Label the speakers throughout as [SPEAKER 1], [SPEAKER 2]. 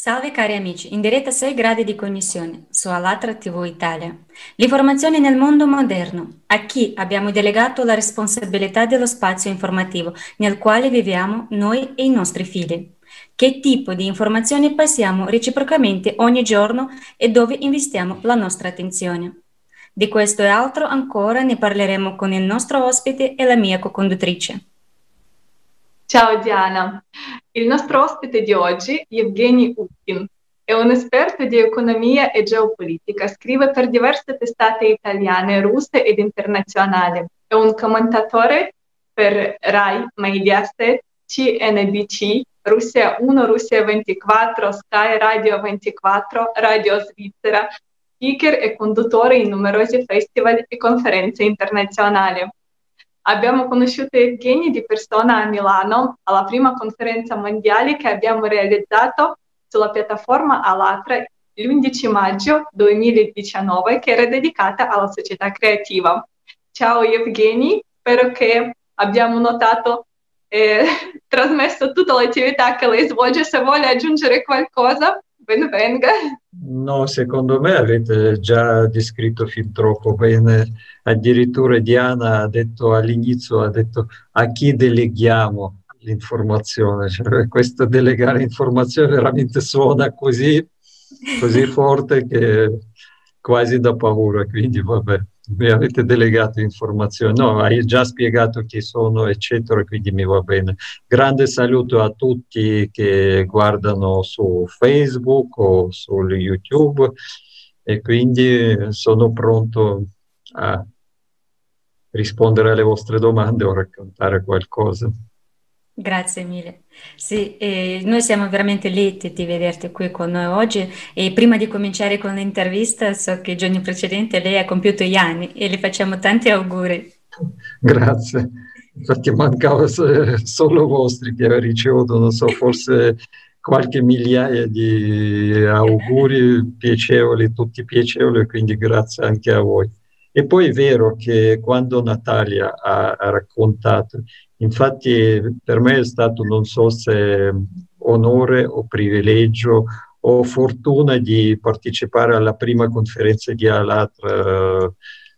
[SPEAKER 1] Salve cari amici, in diretta 6 gradi di connessione su Alatra TV Italia. L'informazione nel mondo moderno. A chi abbiamo delegato la responsabilità dello spazio informativo nel quale viviamo noi e i nostri figli? Che tipo di informazioni passiamo reciprocamente ogni giorno e dove investiamo la nostra attenzione? Di questo e altro ancora ne parleremo con il nostro ospite e la mia co-conduttrice.
[SPEAKER 2] Ciao Diana, il nostro ospite di oggi, Evgeny Utkin, è un esperto di economia e geopolitica, scrive per diverse testate italiane, russe ed internazionali, è un commentatore per Rai, Mediaset, CNBC, Russia 1, Russia 24, Sky Radio 24, Radio Svizzera, speaker e conduttore in numerosi festival e conferenze internazionali. Abbiamo conosciuto Evgeny di persona a Milano alla prima conferenza mondiale che abbiamo realizzato sulla piattaforma Alatra l'11 maggio 2019, che era dedicata alla società creativa. Ciao Evgeny, spero che abbiamo notato e trasmesso tutta l'attività che lei svolge. Se vuole aggiungere qualcosa, ben venga.
[SPEAKER 3] No, secondo me avete già descritto fin troppo bene. Addirittura Diana ha detto all'inizio, ha detto a chi deleghiamo l'informazione. Cioè, questo delegare informazione veramente suona così forte che quasi da paura. Quindi vabbè, mi avete delegato informazioni. No, hai già spiegato chi sono, eccetera, quindi mi va bene. Grande saluto a tutti che guardano su Facebook o su YouTube e quindi sono pronto a rispondere alle vostre domande o raccontare qualcosa.
[SPEAKER 1] Grazie mille. Sì, noi siamo veramente lieti di vederti qui con noi oggi e prima di cominciare con l'intervista so che il giorno precedente lei ha compiuto gli anni e le facciamo tanti auguri.
[SPEAKER 3] Grazie. Infatti mancava solo vostri che ho ricevuto, non so, forse qualche migliaia di auguri piacevoli, tutti piacevoli, quindi grazie anche a voi. E poi è vero che quando Natalia ha raccontato, infatti per me è stato, non so se onore o privilegio o fortuna di partecipare alla prima conferenza di Alatra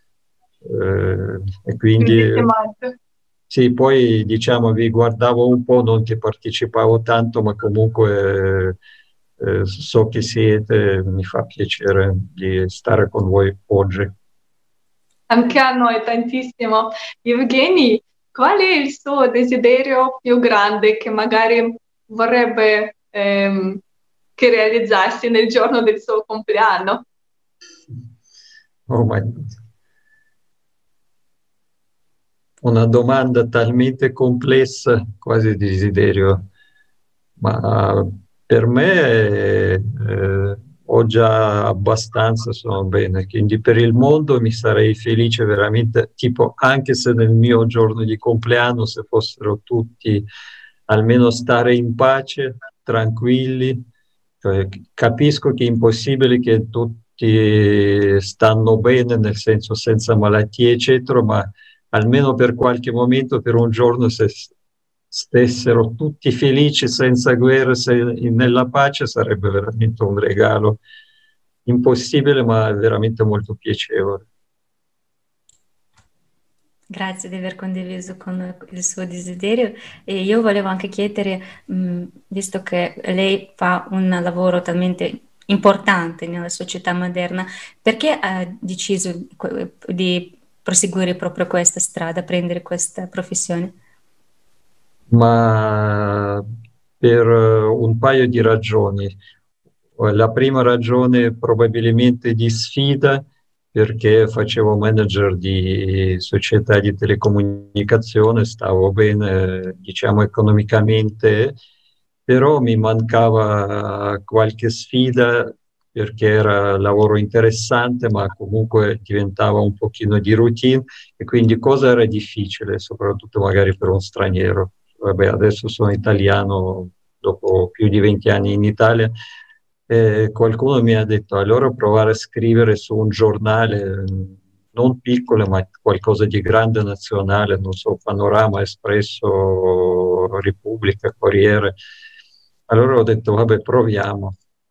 [SPEAKER 3] e quindi sì, poi diciamo vi guardavo un po', non che partecipavo tanto, ma comunque so che siete, mi fa piacere di stare con voi oggi.
[SPEAKER 2] Anche a noi tantissimo. Evgeny, qual è il suo desiderio più grande che magari vorrebbe che realizzasse nel giorno del suo compleanno?
[SPEAKER 3] Oh my God. Una domanda talmente complessa, quasi desiderio, ma per me ho già abbastanza, sono bene, quindi per il mondo mi sarei felice veramente, tipo anche se nel mio giorno di compleanno, se fossero tutti almeno stare in pace, tranquilli, cioè, capisco che è impossibile che tutti stanno bene, nel senso senza malattie, eccetera, ma almeno per qualche momento, per un giorno, se stessero tutti felici, senza guerre, nella pace, sarebbe veramente un regalo impossibile, ma veramente molto piacevole.
[SPEAKER 1] Grazie di aver condiviso con noi il suo desiderio e io volevo anche chiedere, visto che lei fa un lavoro talmente importante nella società moderna, perché ha deciso di proseguire proprio questa strada, prendere questa professione?
[SPEAKER 3] Ma per un paio di ragioni. La prima ragione probabilmente di sfida, perché facevo manager di società di telecomunicazione, stavo bene, diciamo, economicamente, però mi mancava qualche sfida perché era lavoro interessante, ma comunque diventava un pochino di routine e quindi cosa era difficile, soprattutto magari per un straniero. Vabbè, adesso sono italiano dopo più di 20 anni in Italia. Qualcuno mi ha detto allora provare a scrivere su un giornale non piccolo, ma qualcosa di grande nazionale, non so, Panorama, Espresso, Repubblica, Corriere. Allora ho detto vabbè, proviamo.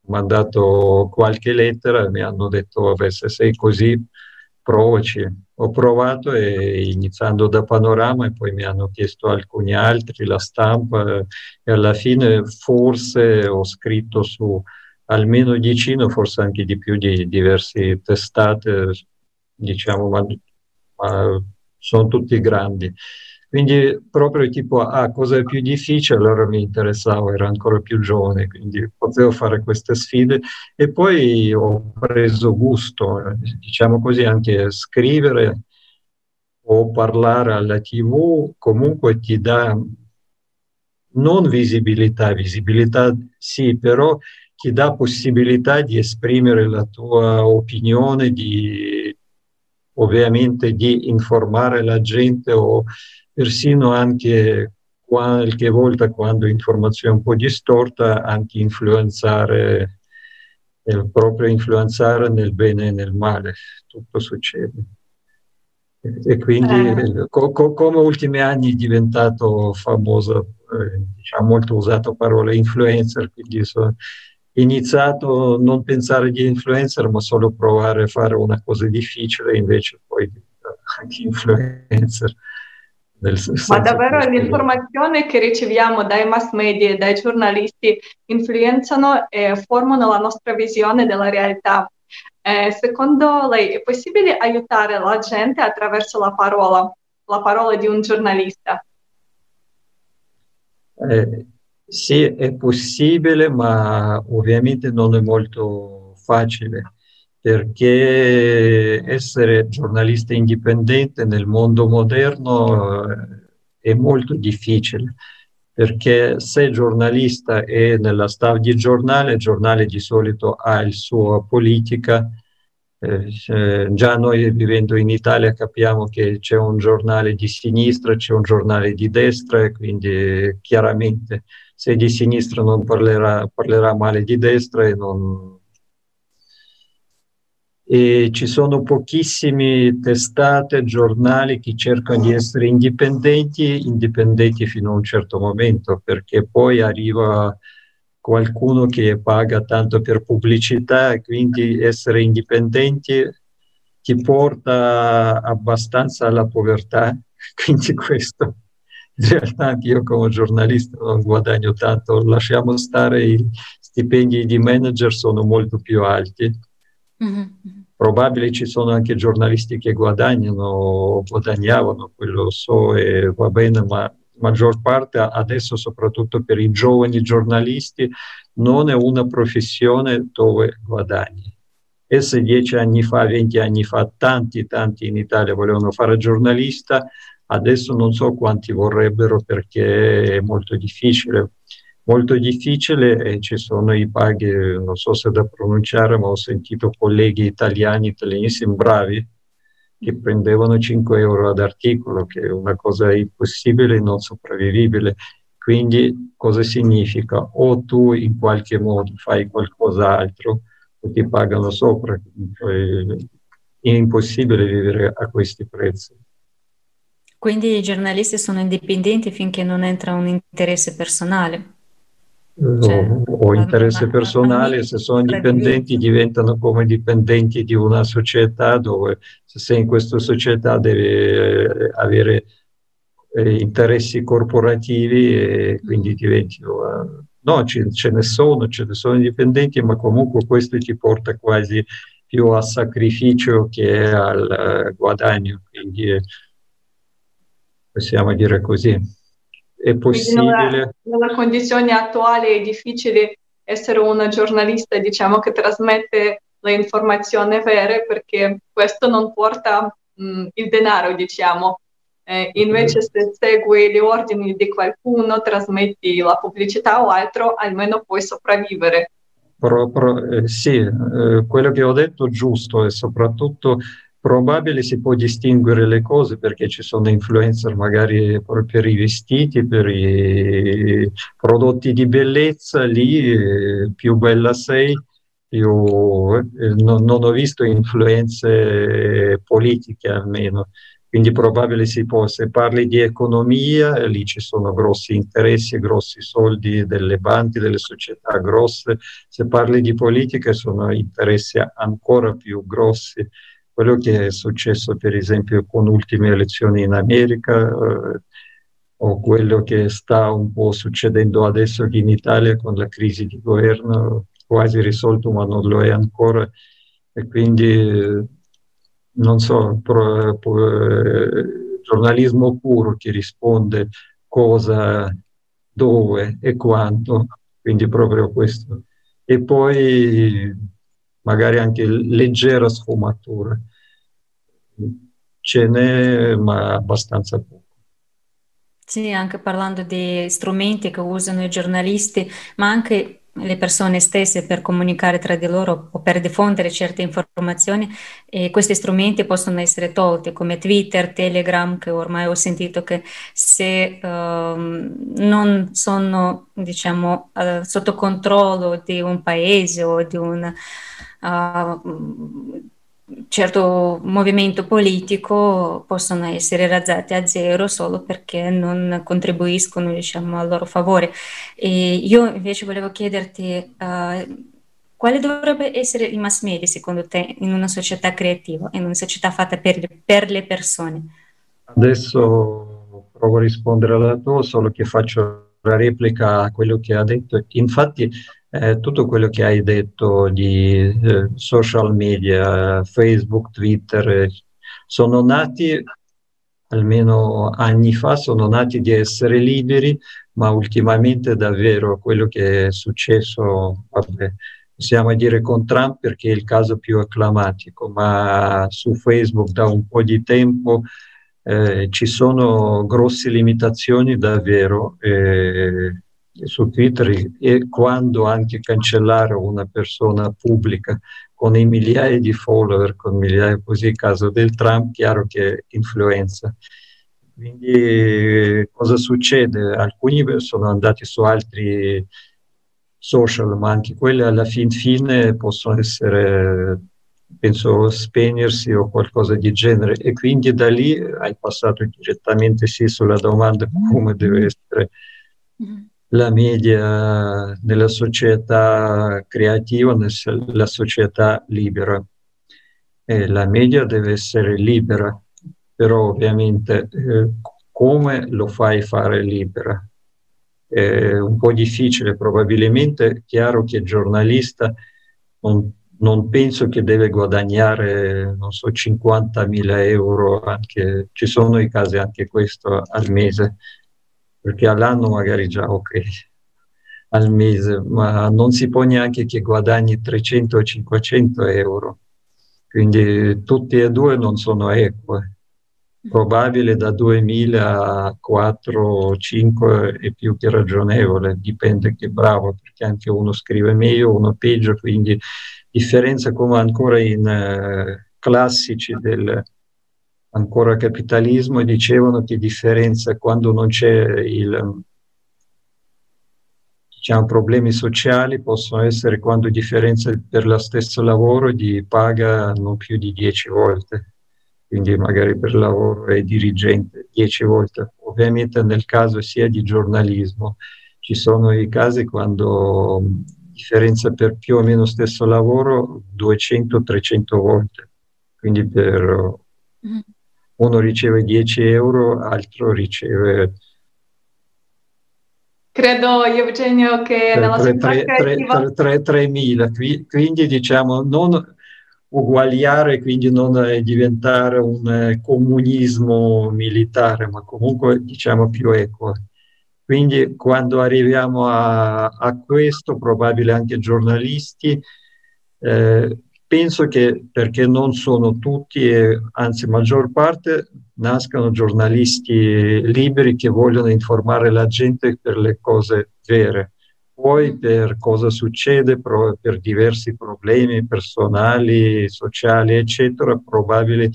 [SPEAKER 3] mandato qualche lettera e mi hanno detto, vabbè, se sei così, provaci. Ho provato e iniziando da Panorama e poi mi hanno chiesto alcuni altri, la stampa, e alla fine forse ho scritto su almeno decine, forse anche di più, di diverse testate, diciamo, ma sono tutti grandi. Quindi proprio tipo, cosa è più difficile, allora mi interessava, ero ancora più giovane, quindi potevo fare queste sfide e poi ho preso gusto, diciamo così, anche a scrivere o parlare alla TV comunque ti dà non visibilità, visibilità sì, però ti dà possibilità di esprimere la tua opinione, di ovviamente di informare la gente o persino anche qualche volta quando informazione un po' distorta, anche influenzare, proprio influenzare nel bene e nel male, tutto succede. E quindi, come ultimi anni è diventato famoso, diciamo molto usato parola influencer, quindi sono iniziato a non pensare di influencer, ma solo provare a fare una cosa difficile, invece poi diventare anche influencer, nel
[SPEAKER 2] Ma
[SPEAKER 3] senso
[SPEAKER 2] davvero
[SPEAKER 3] che
[SPEAKER 2] l'informazione che riceviamo dai mass media e dai giornalisti influenzano e formano la nostra visione della realtà. Secondo lei è possibile aiutare la gente attraverso la parola di un giornalista?
[SPEAKER 3] sì, è possibile, ma ovviamente non è molto facile, perché essere giornalista indipendente nel mondo moderno è molto difficile, perché se giornalista è nella staff di giornale, il giornale di solito ha il suo politica. Già noi vivendo in Italia capiamo che c'è un giornale di sinistra, c'è un giornale di destra e quindi chiaramente se di sinistra non parlerà male di destra e ci sono pochissimi testate, giornali che cercano di essere indipendenti, indipendenti fino a un certo momento, perché poi arriva qualcuno che paga tanto per pubblicità e quindi essere indipendenti ti porta abbastanza alla povertà. Quindi questo, in realtà anche io come giornalista non guadagno tanto, lasciamo stare i stipendi di manager sono molto più alti.
[SPEAKER 1] Mhm.
[SPEAKER 3] Probabile ci sono anche giornalisti che guadagnano, guadagnavano, quello lo so e va bene, ma la maggior parte adesso, soprattutto per i giovani giornalisti, non è una professione dove guadagni. E se 10 anni fa, 20 anni fa, tanti in Italia volevano fare giornalista, adesso non so quanti vorrebbero perché è molto difficile e ci sono i paghi, non so se da pronunciare, ma ho sentito colleghi italianissimi bravi che prendevano 5 euro ad articolo, che è una cosa impossibile e non sopravvivibile. Quindi cosa significa? O tu in qualche modo fai qualcos'altro o ti pagano sopra. È impossibile vivere a questi prezzi.
[SPEAKER 1] Quindi i giornalisti sono indipendenti finché non entra un interesse personale, cioè
[SPEAKER 3] O interesse
[SPEAKER 1] al
[SPEAKER 3] personale,
[SPEAKER 1] minimo
[SPEAKER 3] se sono dipendenti
[SPEAKER 1] sopravvivenza.
[SPEAKER 3] diventano come dipendenti di una società dove se sei in questa società devi avere interessi corporativi e quindi diventi... no, ce ne sono dipendenti, ma comunque questo ti porta quasi più a sacrificio che al guadagno, quindi possiamo dire così. È
[SPEAKER 2] Quindi
[SPEAKER 3] possibile.
[SPEAKER 2] nella condizione attuale è difficile essere una giornalista, diciamo, che trasmette le informazioni vere perché questo non porta il denaro, diciamo. Invece se segui gli ordini di qualcuno, trasmetti la pubblicità o altro, almeno puoi sopravvivere.
[SPEAKER 3] Sì, quello che ho detto è giusto e soprattutto probabile si può distinguere le cose perché ci sono influencer magari per i vestiti, per i prodotti di bellezza, lì più bella sei, più non ho visto influenze politiche almeno. Quindi probabile si può, se parli di economia, lì ci sono grossi interessi, grossi soldi delle banche, delle società grosse. Se parli di politica sono interessi ancora più grossi. Quello che è successo per esempio con ultime elezioni in America, o quello che sta un po' succedendo adesso in Italia con la crisi di governo, quasi risolto ma non lo è ancora. E quindi non so, giornalismo puro che risponde cosa, dove e quanto, quindi proprio questo. E poi magari anche leggera sfumatura. Ce n'è, ma abbastanza poco.
[SPEAKER 1] Sì, anche parlando di strumenti che usano i giornalisti, ma anche le persone stesse per comunicare tra di loro o per diffondere certe informazioni, e questi strumenti possono essere tolti come Twitter, Telegram, che ormai ho sentito che se non sono, diciamo, sotto controllo di un paese o di un certo movimento politico possono essere razzati a zero solo perché non contribuiscono, diciamo, a loro favore. E io invece volevo chiederti, quale dovrebbe essere il mass media secondo te in una società creativa, in una società fatta per le persone?
[SPEAKER 3] Adesso provo a rispondere alla tua, solo che faccio la replica a quello che ha detto. Infatti, tutto quello che hai detto di social media, Facebook, Twitter, sono nati, almeno anni fa, sono nati di essere liberi, ma ultimamente davvero quello che è successo, vabbè, possiamo dire con Trump perché è il caso più acclamatico, ma su Facebook da un po' di tempo ci sono grosse limitazioni davvero su Twitter, e quando anche cancellare una persona pubblica con i migliaia di follower, con migliaia così, il caso del Trump, chiaro che influenza. Quindi cosa succede? Alcuni sono andati su altri social, ma anche quelli alla fine possono essere, penso, spegnersi o qualcosa di genere. E quindi da lì hai passato direttamente sì sulla domanda come deve essere la media nella società creativa, nella società libera. E la media deve essere libera, però ovviamente come lo fai fare libera? È un po' difficile, probabilmente è chiaro che il giornalista non penso che deve guadagnare, non so, 50.000 euro, anche, ci sono i casi anche questo al mese, perché all'anno magari già ok, al mese, ma non si può neanche che guadagni 300 o 500 euro, quindi tutti e due non sono eque. Probabile da 2000 a 4 o 5 è più che ragionevole, dipende che bravo, perché anche uno scrive meglio, uno peggio, quindi differenza come ancora in classici del ancora capitalismo dicevano che differenza quando non c'è il diciamo, problemi sociali possono essere quando differenza per lo stesso lavoro di paga non più di 10 volte, quindi magari per lavoro e dirigente 10 volte. Ovviamente nel caso sia di giornalismo ci sono i casi quando differenza per più o meno stesso lavoro 200-300 volte, quindi per uno riceve 10 euro, altro riceve
[SPEAKER 2] Credo, Eugenio, che nella società creativa
[SPEAKER 3] 3.000, quindi diciamo non uguagliare, quindi non diventare un comunismo militare, ma comunque diciamo più equo. Quindi quando arriviamo a questo, probabile anche giornalisti, penso che perché non sono tutti, anzi maggior parte, nascano giornalisti liberi che vogliono informare la gente per le cose vere. Poi per cosa succede, per diversi problemi personali, sociali, eccetera, probabile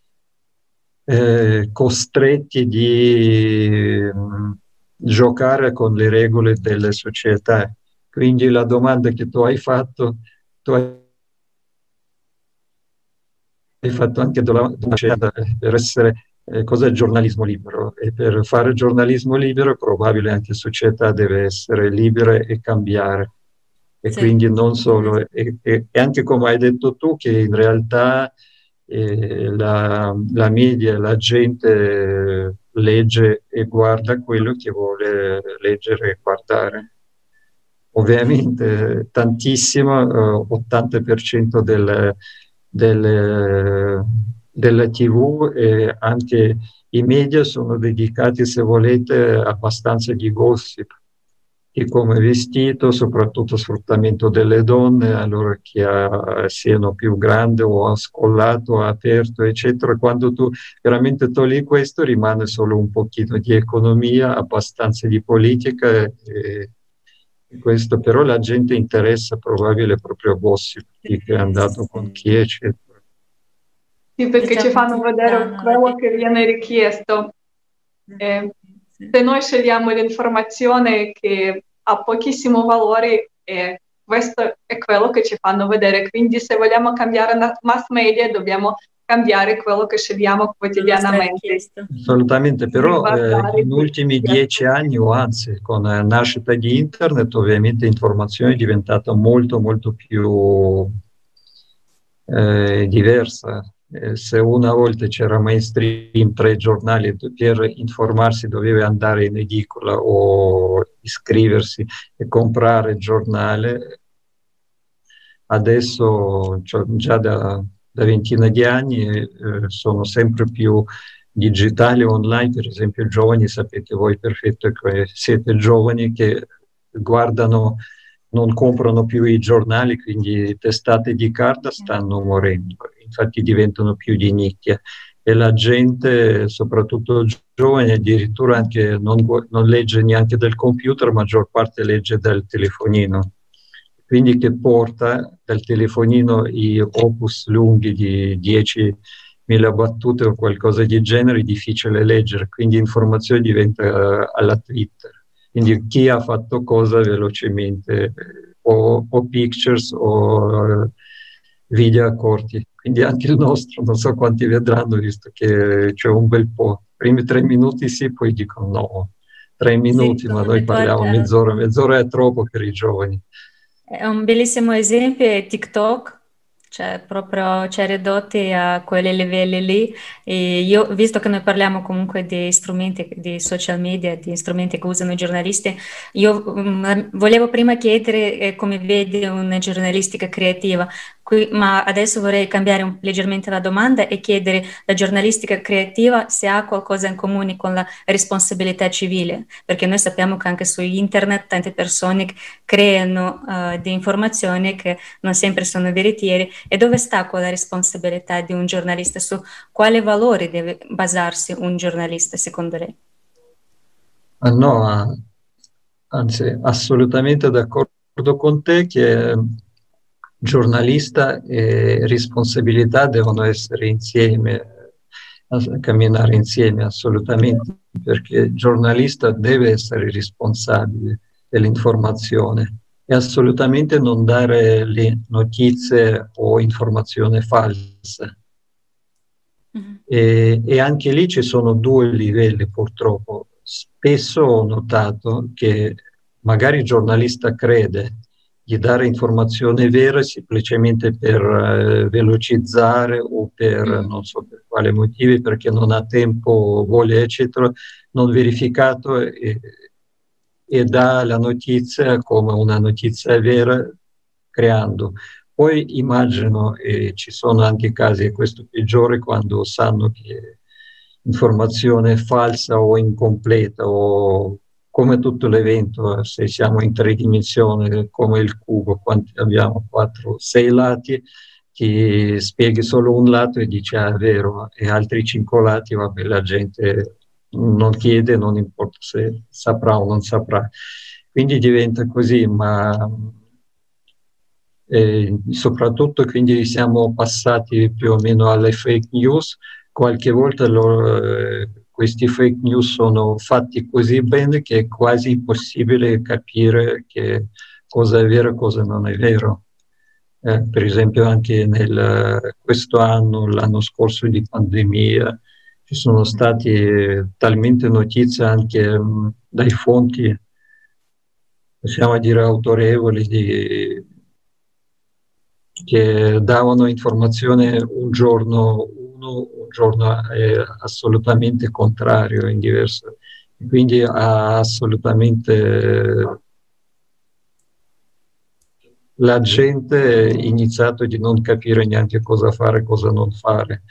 [SPEAKER 3] costretti di giocare con le regole delle società. Quindi la domanda che tu hai fatto anche per essere cos'è il giornalismo libero? E per fare giornalismo libero, probabile anche società deve essere libera e cambiare. E
[SPEAKER 1] Sì.
[SPEAKER 3] quindi non solo, e anche come hai detto tu, che in realtà la media, la gente legge e guarda quello che vuole leggere e guardare. Ovviamente tantissimo, 80% delle TV e anche i media sono dedicati, se volete, abbastanza di gossip, di come è vestito, soprattutto sfruttamento delle donne, allora che siano più grandi o scollato o aperto, eccetera. Quando tu veramente togli questo, rimane solo un pochino di economia, abbastanza di politica. Questo però la gente interessa probabile proprio a gossip, chi è andato con
[SPEAKER 1] Sì.
[SPEAKER 3] chi, eccetera.
[SPEAKER 2] Sì, perché ci
[SPEAKER 1] Diciamo
[SPEAKER 2] fanno
[SPEAKER 1] che
[SPEAKER 2] vedere
[SPEAKER 1] danno la
[SPEAKER 2] quello che viene richiesto.
[SPEAKER 1] sì.
[SPEAKER 2] Se noi scegliamo l'informazione che ha pochissimo valore, questo è quello che ci fanno vedere. Quindi se vogliamo cambiare mass media, dobbiamo cambiare quello che scegliamo
[SPEAKER 1] La nostra
[SPEAKER 2] quotidianamente.
[SPEAKER 1] richiesta.
[SPEAKER 3] Assolutamente,
[SPEAKER 2] Quindi
[SPEAKER 3] però
[SPEAKER 2] guardare
[SPEAKER 3] in ultimi 10 anni o anzi con la nascita di internet ovviamente l'informazione è diventata molto molto più diversa. Se una volta c'era mainstream, 3 giornali, per informarsi doveva andare in edicola o iscriversi e comprare il giornale, adesso cioè, già da ventina di anni sono sempre più digitali online, per esempio i giovani, sapete voi perfetto che siete giovani che guardano, non comprano più i giornali, quindi testate di carta stanno morendo, infatti diventano più di nicchia e la gente, soprattutto giovani, addirittura anche non legge neanche del computer, maggior parte legge dal telefonino. Quindi che porta dal telefonino i opus lunghi di 10.000 battute o qualcosa di genere, difficile leggere, quindi informazione diventa alla Twitter. Quindi chi ha fatto cosa velocemente, o pictures o video corti. Quindi anche il nostro, non so quanti vedranno, visto che c'è un bel po'. Primi 3 minuti sì, poi dicono no, 3 minuti,
[SPEAKER 1] Sì,
[SPEAKER 3] ma
[SPEAKER 1] come
[SPEAKER 3] noi parliamo mezz'ora, mezz'ora è troppo per i giovani.
[SPEAKER 1] è un bellissimo esempio è TikTok, cioè proprio ci ha ridotti a quei livelli lì. E io, visto che noi parliamo comunque di strumenti di social media, di strumenti che usano i giornalisti, io volevo prima chiedere come vedi una giornalistica creativa, ma adesso vorrei cambiare leggermente la domanda e chiedere la giornalistica creativa se ha qualcosa in comune con la responsabilità civile, perché noi sappiamo che anche su internet tante persone creano di informazioni che non sempre sono veritiere e dove sta quella responsabilità di un giornalista, su quale valore deve basarsi un giornalista secondo lei?
[SPEAKER 3] No, anzi, assolutamente d'accordo con te che giornalista e responsabilità devono essere insieme, camminare insieme assolutamente, perché il giornalista deve essere responsabile dell'informazione e assolutamente non dare le notizie o informazione falsa.
[SPEAKER 1] Mhm.
[SPEAKER 3] E anche lì ci sono 2 livelli purtroppo. Spesso ho notato che magari il giornalista crede di dare informazione vera semplicemente per velocizzare o per
[SPEAKER 1] Mm.
[SPEAKER 3] non so per quale motivi, perché non ha tempo, voglia, eccetera, non verificato e dà la notizia come una notizia vera creando. Poi immagino, e ci sono anche casi, e questo peggiore, quando sanno che informazione è falsa o incompleta o come tutto l'evento, se siamo in 3 dimensioni, come il cubo, quanti abbiamo? 4, 6 lati, chi spieghi solo un lato e dice ah, è vero, e altri 5 lati, vabbè, la gente non chiede, non importa se saprà o non saprà. Quindi diventa così, ma soprattutto quindi siamo passati più o meno alle fake news. Qualche volta questi fake news sono fatti così bene che è quasi impossibile capire che cosa è vero e cosa non è vero. Per esempio anche questo anno, l'anno scorso di pandemia, ci sono stati talmente notizie anche dai fonti, possiamo dire autorevoli, che davano informazione un giorno uno, un giorno assolutamente contrario, in diverso. Quindi ha assolutamente la gente ha iniziato di non capire neanche cosa fare e cosa non fare.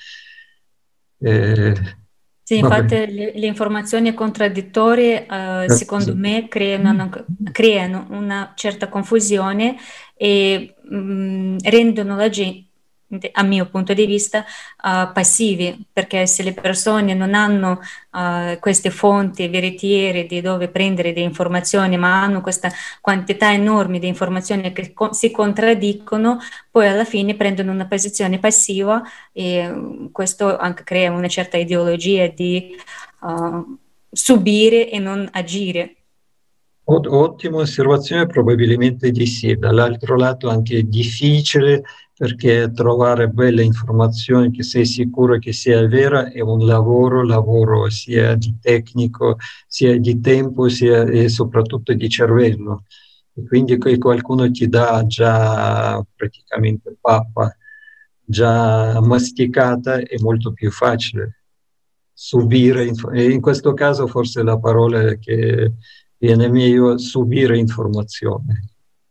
[SPEAKER 1] Sì, infatti le informazioni contraddittorie, secondo me, creano una certa confusione e rendono la gente, a mio punto di vista, passivi, perché se le persone non hanno queste fonti veritiere di dove prendere le informazioni, ma hanno questa quantità enorme di informazioni che si contraddicono, poi alla fine prendono una posizione passiva e questo anche crea una certa ideologia di subire e non agire.
[SPEAKER 3] Ottima osservazione, probabilmente di sì. Dall'altro lato anche è difficile perché trovare belle informazioni che sei sicuro che sia vera è un lavoro sia di tecnico, sia di tempo, sia e soprattutto di cervello. E quindi che qualcuno ti dà già praticamente pappa, già masticata, è molto più facile subire, e in questo caso forse la parola che viene meglio, subire informazione.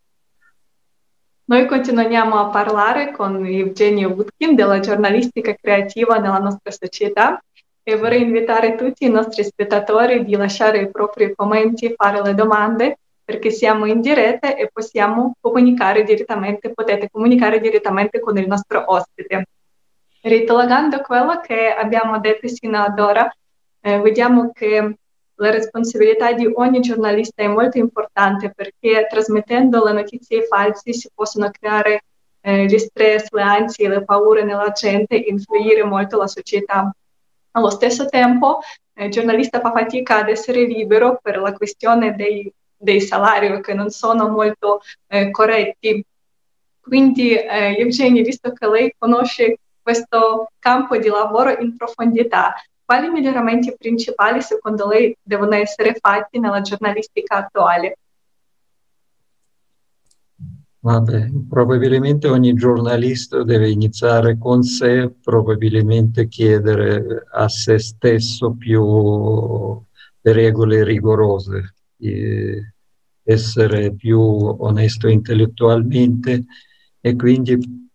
[SPEAKER 2] Noi continuiamo a parlare con Evgenio Utkin della giornalistica creativa nella nostra società e vorrei invitare tutti i nostri spettatori di lasciare i propri commenti e fare le domande perché siamo in diretta e possiamo comunicare direttamente, potete comunicare direttamente con il nostro ospite. Ritornando a quello che abbiamo detto sino ad ora, vediamo che la responsabilità di ogni giornalista è molto importante perché trasmettendo le notizie false si possono creare gli stress, le ansie, le paure nella gente e influire molto la società. Allo stesso tempo, il giornalista fa fatica ad essere libero per la questione dei salari che non sono molto corretti. Quindi, Evgenio, visto che lei conosce questo campo di lavoro in profondità, quali miglioramenti principali secondo lei devono essere fatti nella giornalistica attuale?
[SPEAKER 3] Vabbè, probabilmente ogni giornalista deve iniziare con sé, probabilmente chiedere a se stesso più regole rigorose, essere più onesto intellettualmente e quindi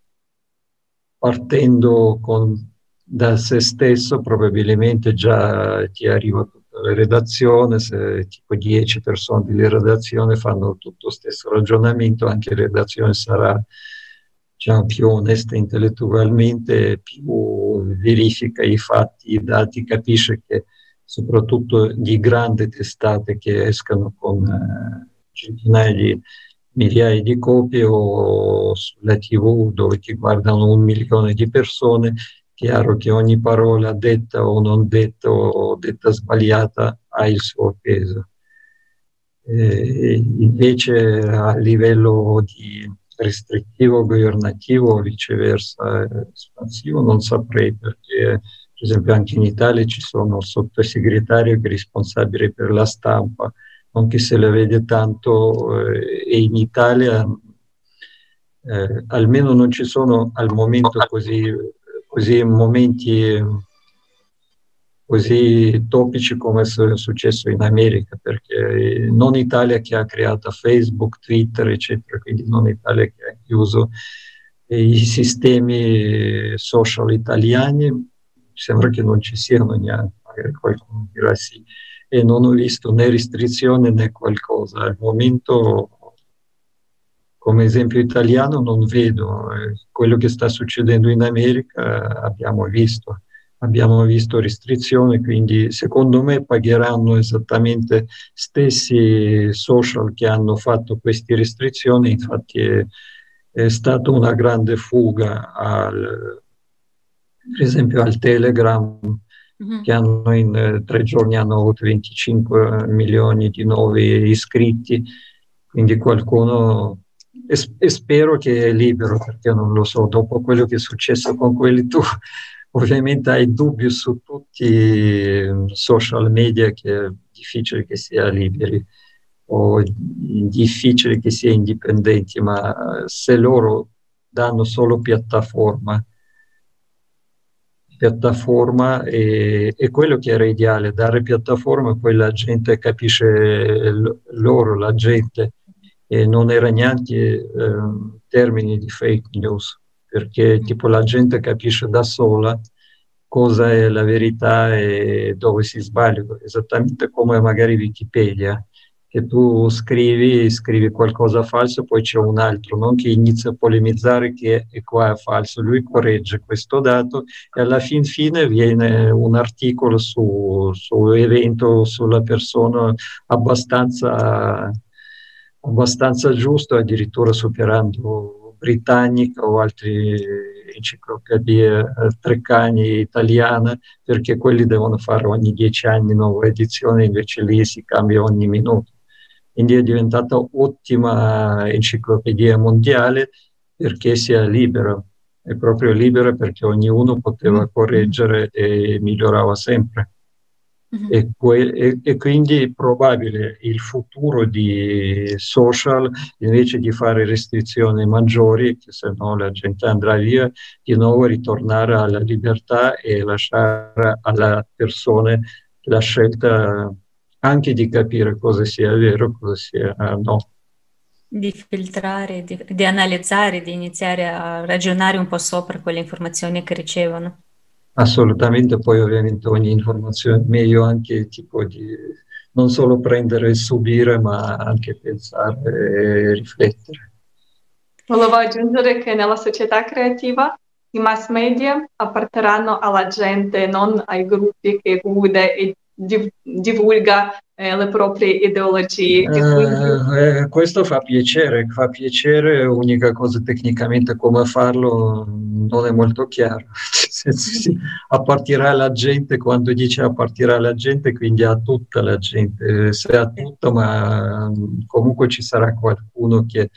[SPEAKER 3] partendo da se stesso probabilmente già ti arriva tutta la redazione, se tipo 10 persone di redazione fanno tutto lo stesso ragionamento, anche la redazione sarà già più onesta intellettualmente, più verifica i fatti, i dati, capisce che soprattutto di grandi testate che escano con centinaia di migliaia di copie o sulla TV dove ti guardano 1 milione di persone, chiaro che ogni parola detta o non detta o detta sbagliata ha il suo peso. Invece a livello di restrittivo governativo o viceversa espansivo non saprei perché per esempio anche in Italia ci sono sottosegretari responsabili per la stampa, anche se la vede tanto e in Italia almeno non ci sono al momento così momenti così topici come è successo in America, perché non Italia che ha creato Facebook, Twitter, eccetera, quindi non Italia che ha chiuso i sistemi social italiani, sembra che non ci siano neanche, magari qualcuno dirà sì, e non ho visto né restrizione né qualcosa. Al momento, come esempio italiano, non vedo. Quello che sta succedendo in America abbiamo visto restrizioni, quindi secondo me pagheranno esattamente stessi social che hanno fatto queste restrizioni, infatti è stata una grande fuga per esempio al Telegram, che in 3 giorni hanno avuto 25 milioni di nuovi iscritti, quindi qualcuno, e spero che è libero, perché non lo so, dopo quello che è successo con quelli tu, ovviamente hai dubbi su tutti i social media che è difficile che sia liberi o difficile che sia indipendenti, ma se loro danno solo piattaforma è quello che era ideale, dare piattaforma, poi la gente capisce loro, la gente, e non era neanche termini di fake news, perché tipo la gente capisce da sola cosa è la verità e dove si sbaglia, esattamente come magari Wikipedia, che tu scrivi qualcosa falso, poi c'è un altro, non che inizia a polemizzare che è qua è falso, lui corregge questo dato e alla fine viene un articolo su evento, sulla persona abbastanza, abbastanza giusto, addirittura superando Britannica o altre enciclopedie treccani italiane, perché quelli devono fare ogni 10 anni nuove edizioni, invece lì si cambia ogni minuto. Quindi è diventata ottima enciclopedia mondiale perché sia libera, è proprio libera perché ognuno poteva correggere e migliorava sempre. E quindi è probabile il futuro di social, invece di fare restrizioni maggiori, che se no la gente andrà via, di nuovo ritornare alla libertà e lasciare alla persona la scelta anche di capire cosa sia vero, cosa sia no.
[SPEAKER 1] Di filtrare, di analizzare, di iniziare a ragionare un po' sopra quelle informazioni che ricevono.
[SPEAKER 3] Assolutamente, poi ovviamente ogni informazione, meglio anche tipo di non solo prendere e subire, ma anche pensare e riflettere.
[SPEAKER 2] Volevo aggiungere che nella società creativa i mass media apparterranno alla gente, non ai gruppi che guida e divulga le proprie ideologie. E quindi
[SPEAKER 3] Questo fa piacere, unica cosa tecnicamente come farlo non è molto chiaro. Nel senso, sì, appartirà alla gente, quando dice appartirà alla gente, quindi a tutta la gente, se a tutta, ma comunque ci sarà qualcuno che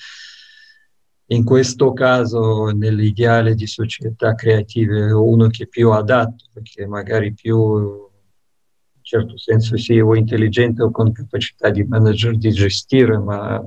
[SPEAKER 3] in questo caso nell'ideale di società creative è uno che è più adatto, perché magari più in certo senso sì, o intelligente o con capacità di manager di gestire, ma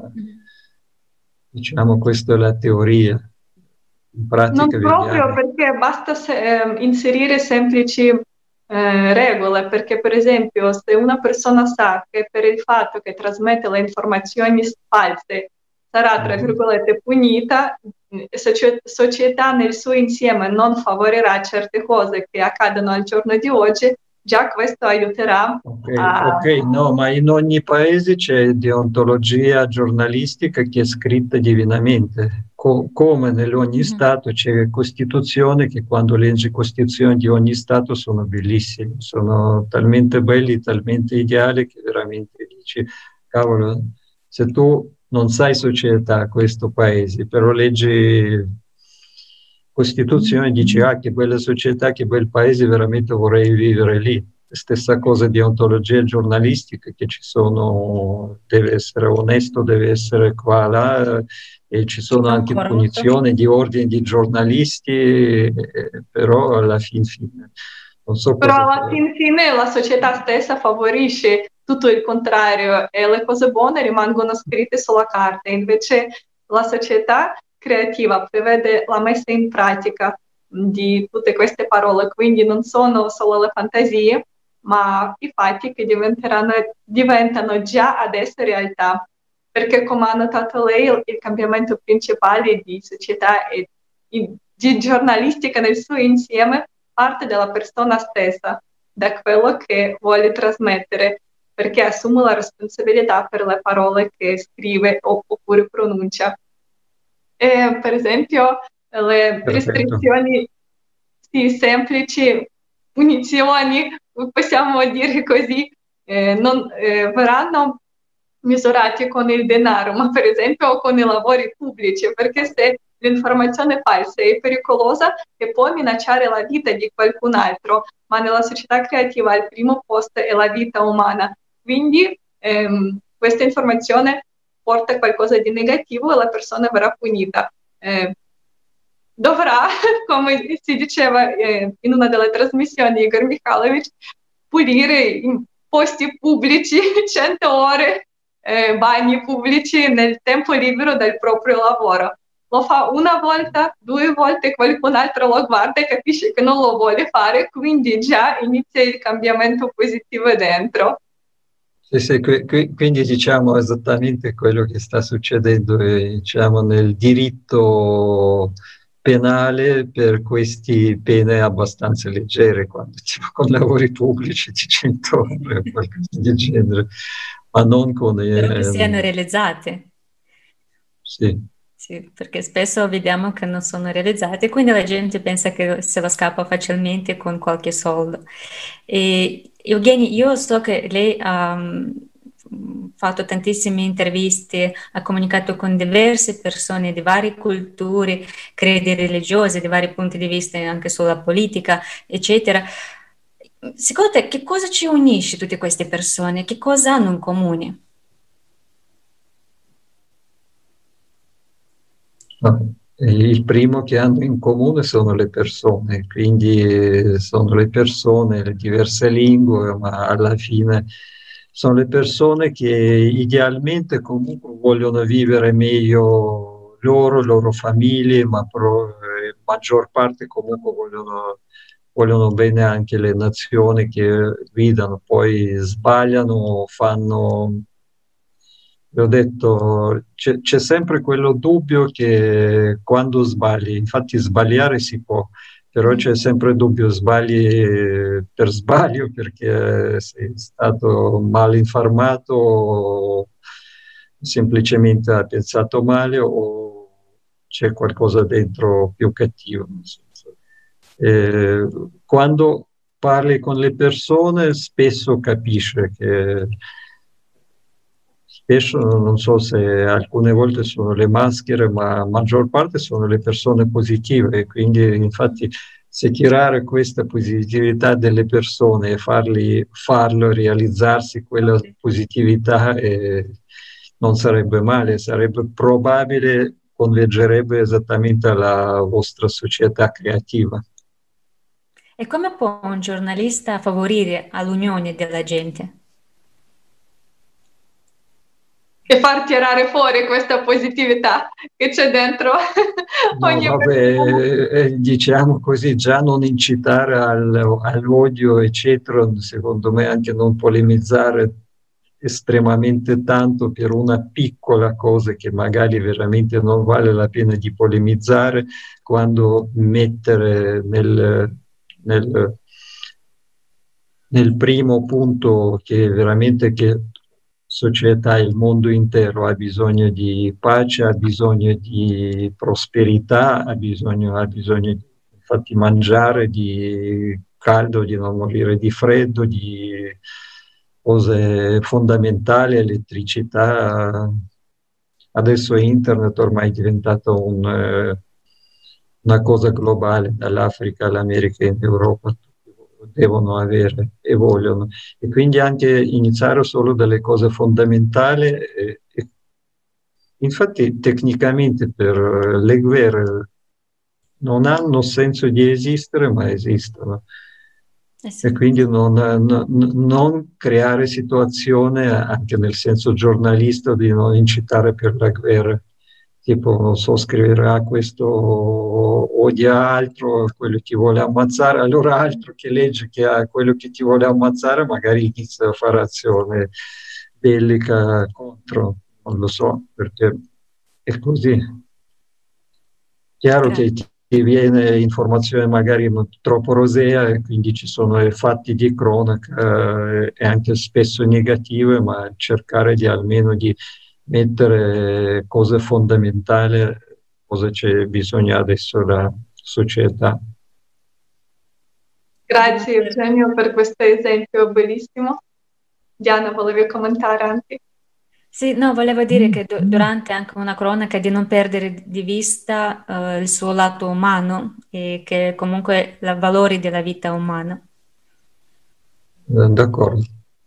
[SPEAKER 3] diciamo questa è la teoria. In pratica
[SPEAKER 2] non proprio
[SPEAKER 3] vediamo.
[SPEAKER 2] perché basta inserire semplici regole, perché per esempio se una persona sa che per il fatto che trasmette le informazioni false sarà, tra virgolette, punita, società nel suo insieme non favorirà certe cose che accadono al giorno di oggi, già questo aiuterà
[SPEAKER 3] Ok, no, ma in ogni paese c'è deontologia giornalistica che è scritta divinamente, come in ogni Stato c'è Costituzione, che quando leggi Costituzione di ogni Stato sono bellissime, sono talmente belli, talmente ideali che veramente dici, cavolo, se tu non sai società questo paese, però leggi Costituzione e dici, ah, che bella società, che bel paese, veramente vorrei vivere lì. Stessa cosa di ontologia giornalistica, che ci sono, deve essere onesto, deve essere qua, là, e ci sono anche
[SPEAKER 1] Concordo.
[SPEAKER 3] punizioni di ordini di giornalisti, però alla fine non so
[SPEAKER 2] Però
[SPEAKER 3] cosa
[SPEAKER 2] alla
[SPEAKER 3] fare.
[SPEAKER 2] fine la società stessa favorisce tutto il contrario e le cose buone rimangono scritte sulla carta. Invece la società creativa prevede la messa in pratica di tutte queste parole, quindi non sono solo le fantasie, ma i fatti che diventano già adesso realtà. Perché come ha notato lei, il cambiamento principale di società e di giornalistica nel suo insieme parte dalla persona stessa, da quello che vuole trasmettere, perché assume la responsabilità per le parole che scrive oppure pronuncia. E, per esempio, le
[SPEAKER 3] Perfetto.
[SPEAKER 2] restrizioni sì, semplici, punizioni, possiamo dire così, verranno misurati con il denaro, ma per esempio con i lavori pubblici, perché se l'informazione falsa è pericolosa e può minacciare la vita di qualcun altro, ma nella società creativa al primo posto è la vita umana. Quindi questa informazione porta qualcosa di negativo e la persona verrà punita. dovrà, come si diceva in una delle trasmissioni, Igor Mikhailovich, pulire in posti pubblici 100 ore, bagni pubblici nel tempo libero del proprio lavoro. Lo fa una volta, 2 volte, qualcun altro lo guarda e capisce che non lo vuole fare, quindi già inizia il cambiamento positivo dentro.
[SPEAKER 3] Sì, quindi diciamo esattamente quello che sta succedendo diciamo, nel diritto penale per queste pene abbastanza leggere, quando tipo, con lavori pubblici di 100 ore o qualcosa del genere, ma non con...
[SPEAKER 1] Però che siano realizzate.
[SPEAKER 3] sì.
[SPEAKER 1] Sì, perché spesso vediamo che non sono realizzate, quindi la gente pensa che se la scappa facilmente con qualche soldo. E Evgeny, io so che lei ha fatto tantissime interviste, ha comunicato con diverse persone di varie culture, credi religiose, di vari punti di vista anche sulla politica, eccetera. Secondo te, che cosa ci unisce tutte queste persone? Che cosa hanno in comune?
[SPEAKER 3] No, il primo che hanno in comune sono le persone, quindi sono le persone, le diverse lingue, ma alla fine sono le persone che idealmente comunque vogliono vivere meglio loro, le loro famiglie, ma maggior parte comunque vogliono bene anche le nazioni che guidano, poi sbagliano, fanno... Vi ho detto, c'è sempre quello dubbio che quando sbagli, infatti sbagliare si può, però c'è sempre il dubbio sbagli per sbaglio perché sei stato mal informato o semplicemente hai pensato male o c'è qualcosa dentro più cattivo. Nel senso. Eh, Quando parli con le persone spesso capisci che spesso non so se alcune volte sono le maschere, ma la maggior parte sono le persone positive e quindi infatti se tirare questa positività delle persone e farlo realizzarsi quella positività non sarebbe male, sarebbe probabile, convergerebbe esattamente alla vostra società creativa.
[SPEAKER 1] E come può un giornalista favorire all'unione della gente?
[SPEAKER 2] E far tirare fuori questa positività che c'è dentro
[SPEAKER 3] No,
[SPEAKER 2] ogni
[SPEAKER 3] vabbè,
[SPEAKER 2] persona.
[SPEAKER 3] diciamo così, già non incitare all'odio, eccetera, secondo me anche non polemizzare estremamente tanto per una piccola cosa che magari veramente non vale la pena di polemizzare, quando mettere nel, nel primo punto che veramente che società, il mondo intero ha bisogno di pace, ha bisogno di prosperità, ha bisogno di infatti mangiare, di caldo, di non morire di freddo, di cose fondamentali, elettricità. Adesso internet ormai è diventato una cosa globale, dall'Africa all'America in Europa, tutti devono avere e vogliono. E quindi anche iniziare solo dalle cose fondamentali. Infatti, tecnicamente per le guerre non hanno senso di esistere, ma esistono.
[SPEAKER 1] Eh
[SPEAKER 3] E
[SPEAKER 1] sì.
[SPEAKER 3] quindi non creare situazione, anche nel senso giornalista, di non incitare per la guerra. Tipo, non so, scrivere questo odia altro, quello che ti vuole ammazzare, allora altro che legge che ha quello che ti vuole ammazzare, magari inizia a fare azione bellica contro, non lo so, perché è così. Chiaro che
[SPEAKER 1] Grazie.
[SPEAKER 3] ti viene informazione magari troppo rosea e quindi ci sono i fatti di cronaca e anche spesso negative, ma cercare di almeno di mettere cose fondamentali, cosa c'è bisogno adesso la società.
[SPEAKER 2] Grazie Eugenio per questo esempio bellissimo. Diana, volevi commentare anche?
[SPEAKER 1] Sì, no, volevo dire che durante anche una cronaca di non perdere di vista il suo lato umano e che comunque i valori della vita umana.
[SPEAKER 3] D'accordo.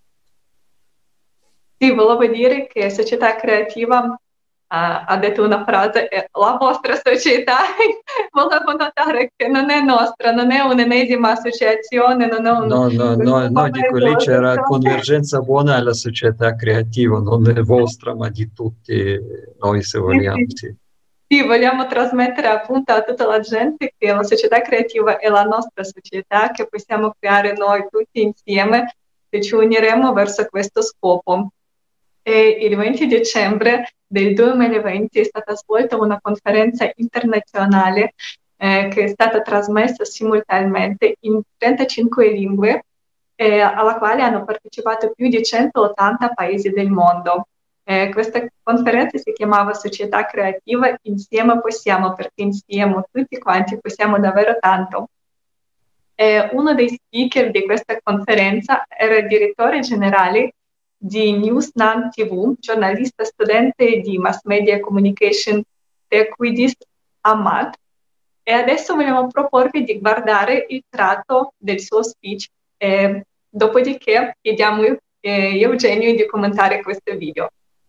[SPEAKER 2] Sì, volevo dire che Società Creativa ha detto una frase, la vostra società Volevo notare che non è nostra, non è un'ennesima associazione, non è un
[SPEAKER 3] No, no, no,
[SPEAKER 2] questo
[SPEAKER 3] no, dico lì
[SPEAKER 2] momento,
[SPEAKER 3] c'era convergenza buona alla società creativa, non è vostra, ma di tutti noi, se
[SPEAKER 2] sì,
[SPEAKER 3] vogliamo,
[SPEAKER 2] sì.
[SPEAKER 3] sì.
[SPEAKER 2] Sì, vogliamo trasmettere appunto a tutta la gente che la società creativa è la nostra società, che possiamo creare noi tutti insieme se ci uniremo verso questo scopo. E il 20 dicembre del 2020 è stata svolta una conferenza internazionale che è stata trasmessa simultaneamente in 35 lingue, alla quale hanno partecipato più di 180 paesi del mondo. Questa conferenza si chiamava Società Creativa, insieme possiamo, perché insieme tutti quanti possiamo davvero tanto. Uno dei speaker di questa conferenza era il direttore generale di Newsnan TV, giornalista studente di Mass Media Communication Tequidis Ahmad, e adesso vogliamo proporvi di guardare il tratto del suo speech, dopodiché chiediamo a Eugenio di commentare questo video.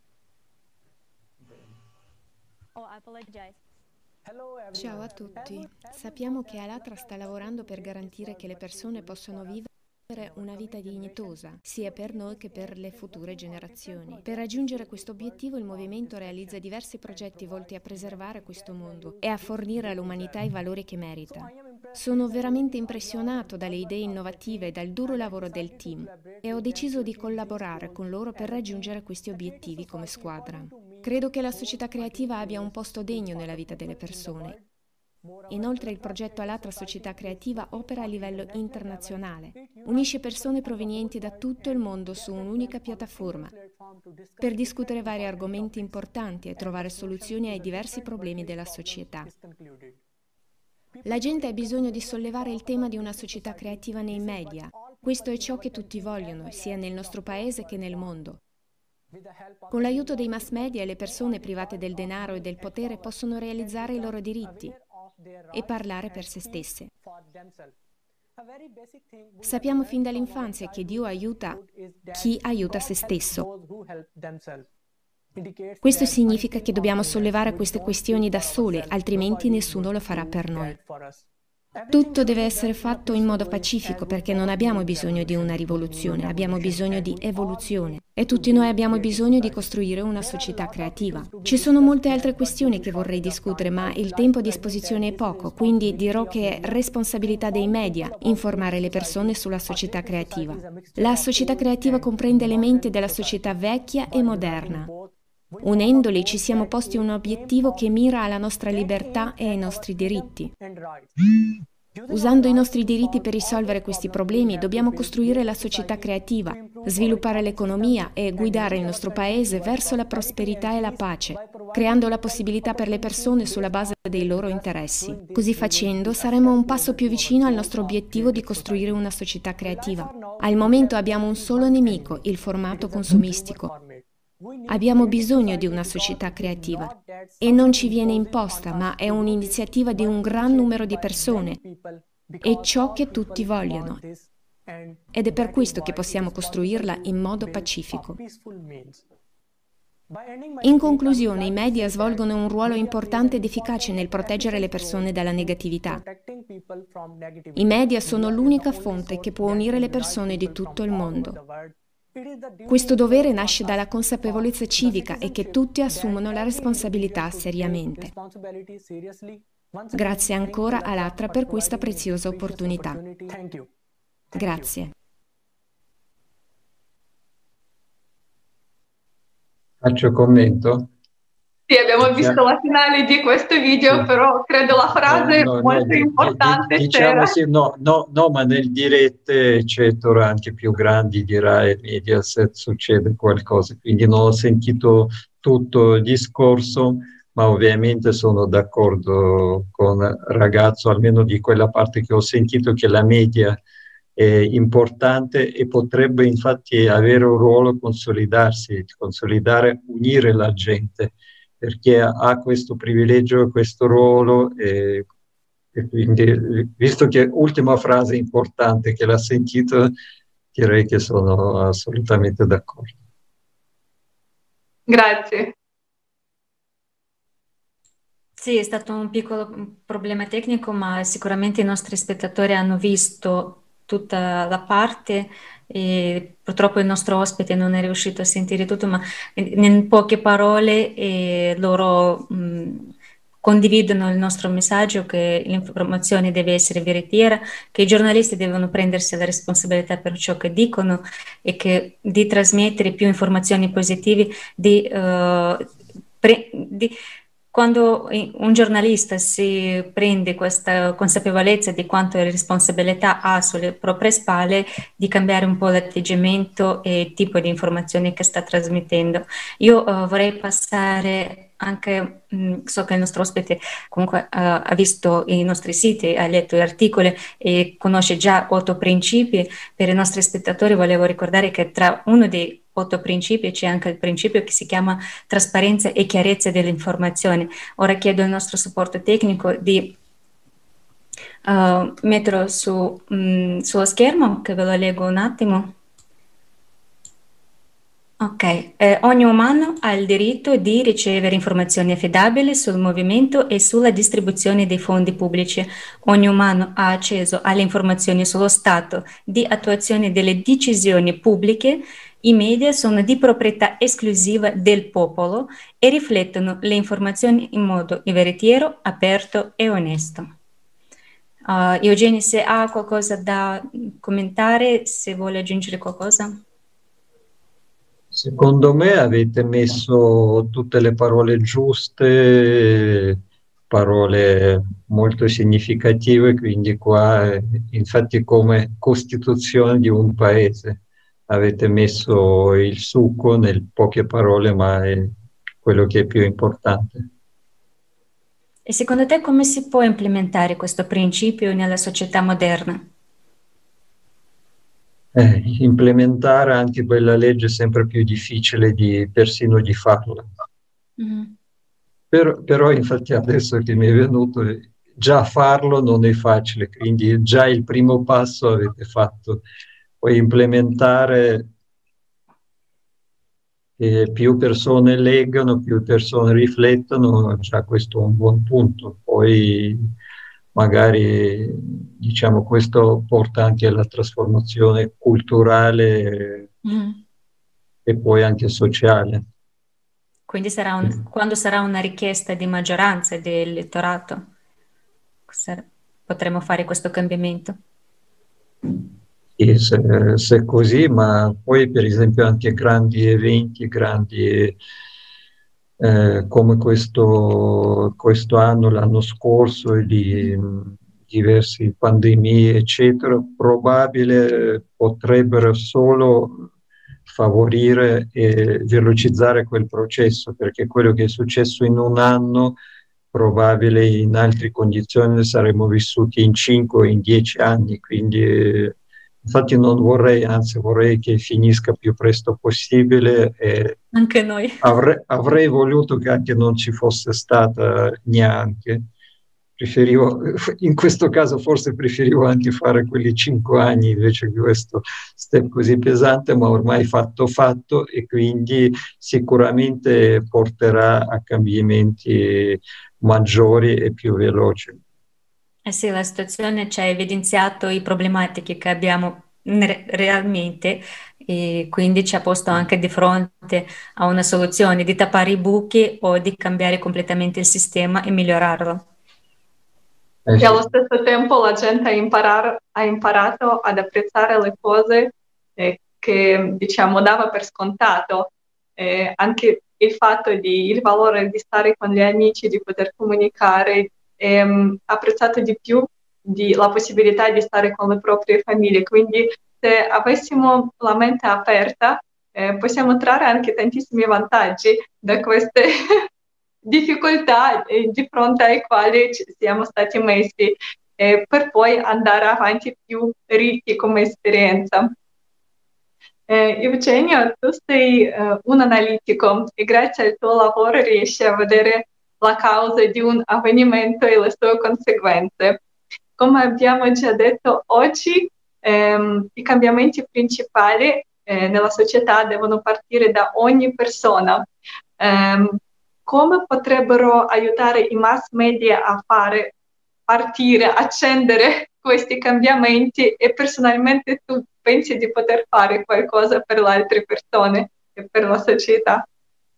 [SPEAKER 4] Ciao a tutti. Sappiamo che Alatra sta lavorando per garantire che le persone possano vivere una vita dignitosa, sia per noi che per le future generazioni. Per raggiungere questo obiettivo il movimento realizza diversi progetti volti a preservare questo mondo e a fornire all'umanità i valori che merita. Sono veramente impressionato dalle idee innovative e dal duro lavoro del team e ho deciso di collaborare con loro per raggiungere questi obiettivi come squadra. Credo che la società creativa abbia un posto degno nella vita delle persone. Inoltre il progetto Alatra Società Creativa opera a livello internazionale, unisce persone provenienti da tutto il mondo su un'unica piattaforma per discutere vari argomenti importanti e trovare soluzioni ai diversi problemi della società. La gente ha bisogno di sollevare il tema di una società creativa nei media. Questo è ciò che tutti vogliono, sia nel nostro paese che nel mondo. Con l'aiuto dei mass media le persone private del denaro e del potere possono realizzare i loro diritti e parlare per se stesse. Sappiamo fin dall'infanzia che Dio aiuta chi aiuta se stesso. Questo significa che dobbiamo sollevare queste questioni da sole, altrimenti nessuno lo farà per noi. Tutto deve essere fatto in modo pacifico perché non abbiamo bisogno di una rivoluzione, abbiamo bisogno di evoluzione e tutti noi abbiamo bisogno di costruire una società creativa. Ci sono molte altre questioni che vorrei discutere, ma il tempo a disposizione è poco, quindi dirò che è responsabilità dei media informare le persone sulla società creativa. La società creativa comprende elementi della società vecchia e moderna. Unendoli ci siamo posti un obiettivo che mira alla nostra libertà e ai nostri diritti. Usando i nostri diritti per risolvere questi problemi, dobbiamo costruire la società creativa, sviluppare l'economia e guidare il nostro paese verso la prosperità e la pace, creando la possibilità per le persone sulla base dei loro interessi. Così facendo, saremo un passo più vicino al nostro obiettivo di costruire una società creativa. Al momento abbiamo un solo nemico, il formato consumistico. Abbiamo bisogno di una società creativa e non ci viene imposta, ma è un'iniziativa di un gran numero di persone. È ciò che tutti vogliono ed è per questo che possiamo costruirla in modo pacifico. In conclusione, i media svolgono un ruolo importante ed efficace nel proteggere le persone dalla negatività. I media sono l'unica fonte che può unire le persone di tutto il mondo. Questo dovere nasce dalla consapevolezza civica e che tutti assumono la responsabilità seriamente. Grazie ancora a Alatra per questa preziosa opportunità. Grazie.
[SPEAKER 3] Faccio commento?
[SPEAKER 2] Sì, abbiamo visto la finale di questo video,
[SPEAKER 3] Sì.
[SPEAKER 2] però credo la frase molto importante
[SPEAKER 3] diciamo
[SPEAKER 2] c'era.
[SPEAKER 3] sì, no, ma nel dirette, eccetera, anche più grandi di Rai e Mediaset succede qualcosa, quindi non ho sentito tutto il discorso, ma ovviamente sono d'accordo con il ragazzo, almeno di quella parte che ho sentito, che la media è importante e potrebbe infatti avere un ruolo consolidarsi, consolidare, unire la gente, perché ha questo privilegio, questo ruolo e quindi, visto che ultima frase importante che l'ha sentito, direi che sono assolutamente d'accordo.
[SPEAKER 2] Grazie.
[SPEAKER 1] Sì, è stato un piccolo problema tecnico, ma sicuramente i nostri spettatori hanno visto tutta la parte e purtroppo il nostro ospite non è riuscito a sentire tutto, ma in poche parole loro condividono il nostro messaggio che l'informazione deve essere veritiera, che i giornalisti devono prendersi la responsabilità per ciò che dicono e che di trasmettere più informazioni positive, quando un giornalista si prende questa consapevolezza di quanto responsabilità ha sulle proprie spalle, di cambiare un po' l'atteggiamento e il tipo di informazioni che sta trasmettendo. Io vorrei passare anche, so che il nostro ospite comunque ha visto i nostri siti, ha letto gli articoli e conosce già 8 principi. Per i nostri spettatori volevo ricordare che tra uno dei 8 principi c'è anche il principio che si chiama trasparenza e chiarezza delle informazioni. Ora chiedo al nostro supporto tecnico di metterlo sullo schermo, che ve lo leggo un attimo. Ok, ogni umano ha il diritto di ricevere informazioni affidabili sul movimento e sulla distribuzione dei fondi pubblici. Ogni umano ha accesso alle informazioni sullo stato di attuazione delle decisioni pubbliche. I media sono di proprietà esclusiva del popolo e riflettono le informazioni in modo veritiero, aperto e onesto. Eugenia, se ha qualcosa da commentare, se vuole aggiungere qualcosa.
[SPEAKER 3] Secondo me avete messo tutte le parole giuste, parole molto significative, quindi qua, infatti come Costituzione di un paese, avete messo il succo nelle poche parole, ma è quello che è più importante.
[SPEAKER 1] E secondo te come si può implementare questo principio nella società moderna?
[SPEAKER 3] Implementare anche quella legge è sempre più difficile persino di farla.
[SPEAKER 1] Mm.
[SPEAKER 3] Però infatti adesso che mi è venuto, già farlo non è facile, quindi già il primo passo avete fatto. Poi implementare che più persone leggano, più persone riflettono, già questo è un buon punto. Poi magari diciamo questo porta anche alla trasformazione culturale e poi anche sociale.
[SPEAKER 1] Quindi quando sarà una richiesta di maggioranza dell'elettorato, potremo fare questo cambiamento.
[SPEAKER 3] E se è così, ma poi per esempio anche grandi eventi, come questo anno, l'anno scorso e di diverse pandemie, eccetera, probabile potrebbero solo favorire e velocizzare quel processo, perché quello che è successo in un anno, probabile in altre condizioni saremmo vissuti in 5 o in 10 anni, quindi infatti non vorrei, anzi vorrei che finisca più presto possibile.
[SPEAKER 1] Anche noi.
[SPEAKER 3] Avrei voluto che anche non ci fosse stata neanche. In questo caso forse preferivo anche fare quelli 5 anni invece di questo step così pesante, ma ormai fatto e quindi sicuramente porterà a cambiamenti maggiori e più veloci.
[SPEAKER 1] Eh sì, la situazione ci ha evidenziato i problematiche che abbiamo realmente e quindi ci ha posto anche di fronte a una soluzione di tappare i buchi o di cambiare completamente il sistema e migliorarlo.
[SPEAKER 2] E allo stesso tempo la gente ha imparato ad apprezzare le cose che diciamo dava per scontato. Anche il fatto il valore di stare con gli amici, di poter comunicare, apprezzato di più la possibilità di stare con le proprie famiglie. Quindi se avessimo la mente aperta possiamo trarre anche tantissimi vantaggi da queste difficoltà di fronte ai quali siamo stati messi per poi andare avanti più ricchi come esperienza. Eugenio, tu sei un analitico e grazie al tuo lavoro riesci a vedere la causa di un avvenimento e le sue conseguenze. Come abbiamo già detto oggi, i cambiamenti principali nella società devono partire da ogni persona. come potrebbero aiutare i mass media a fare partire, accendere questi cambiamenti, e personalmente tu pensi di poter fare qualcosa per le altre persone e per la società?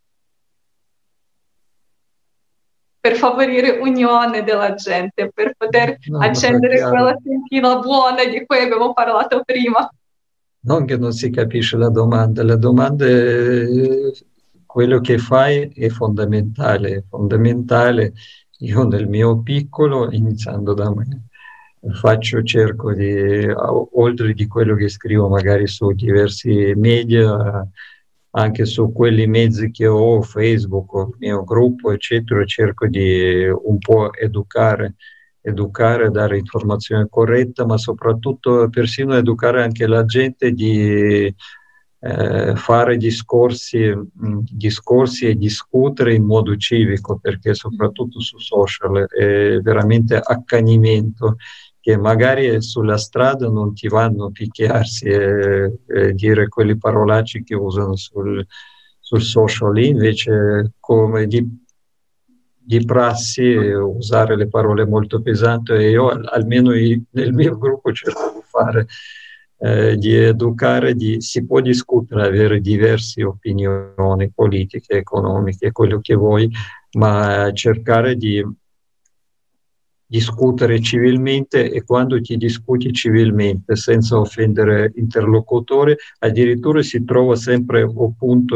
[SPEAKER 2] Per favorire unione della gente, per poter accendere quella sentina buona di cui abbiamo parlato prima.
[SPEAKER 3] Non che non si capisce la domanda è quello che fai è fondamentale, Io nel mio piccolo, iniziando da me, cerco di, oltre di quello che scrivo magari su diversi media, anche su quelli mezzi che ho, Facebook, o il mio gruppo, eccetera, cerco di un po' educare, dare informazione corretta, ma soprattutto persino educare anche la gente di fare discorsi e discutere in modo civico, perché soprattutto su social è veramente accanimento, che magari sulla strada non ti vanno a picchiarsi e dire quelle parolacce che usano sul social, lì invece come di prassi usare le parole molto pesanti, e io almeno nel mio gruppo cerco di fare, di educare, si può discutere, avere diverse opinioni politiche, economiche, quello che vuoi, ma cercare di discutere civilmente, e quando ti discuti civilmente senza offendere interlocutore, addirittura si trova sempre un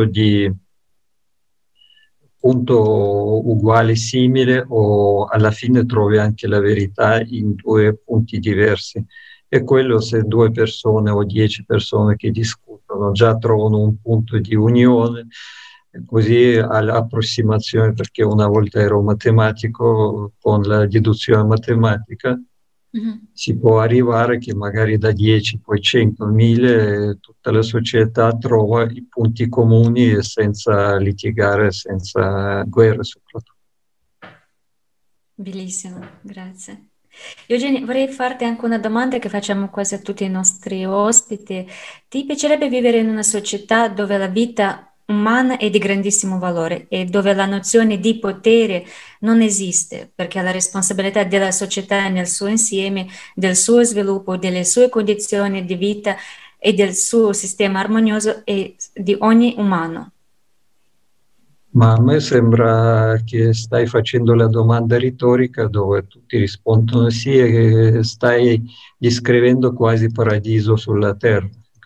[SPEAKER 3] punto uguale, simile, o alla fine trovi anche la verità in due punti diversi. E quello, se 2 persone o 10 persone che discutono già trovano un punto di unione, così all'approssimazione, perché una volta ero matematico, con la deduzione matematica si può arrivare che magari da 10, poi 100, 1000, tutta la società trova i punti comuni senza litigare, senza guerre soprattutto.
[SPEAKER 1] Bellissimo, grazie. Eugenia, vorrei farti anche una domanda che facciamo quasi a tutti i nostri ospiti. Ti piacerebbe vivere in una società dove la vita umana è di grandissimo valore e dove la nozione di potere non esiste, perché la responsabilità della società nel suo insieme, del suo sviluppo, delle sue condizioni di vita e del suo sistema armonioso è di ogni umano?
[SPEAKER 3] Ma a me sembra che stai facendo la domanda retorica dove tutti rispondono sì, e che stai descrivendo quasi paradiso sulla terra.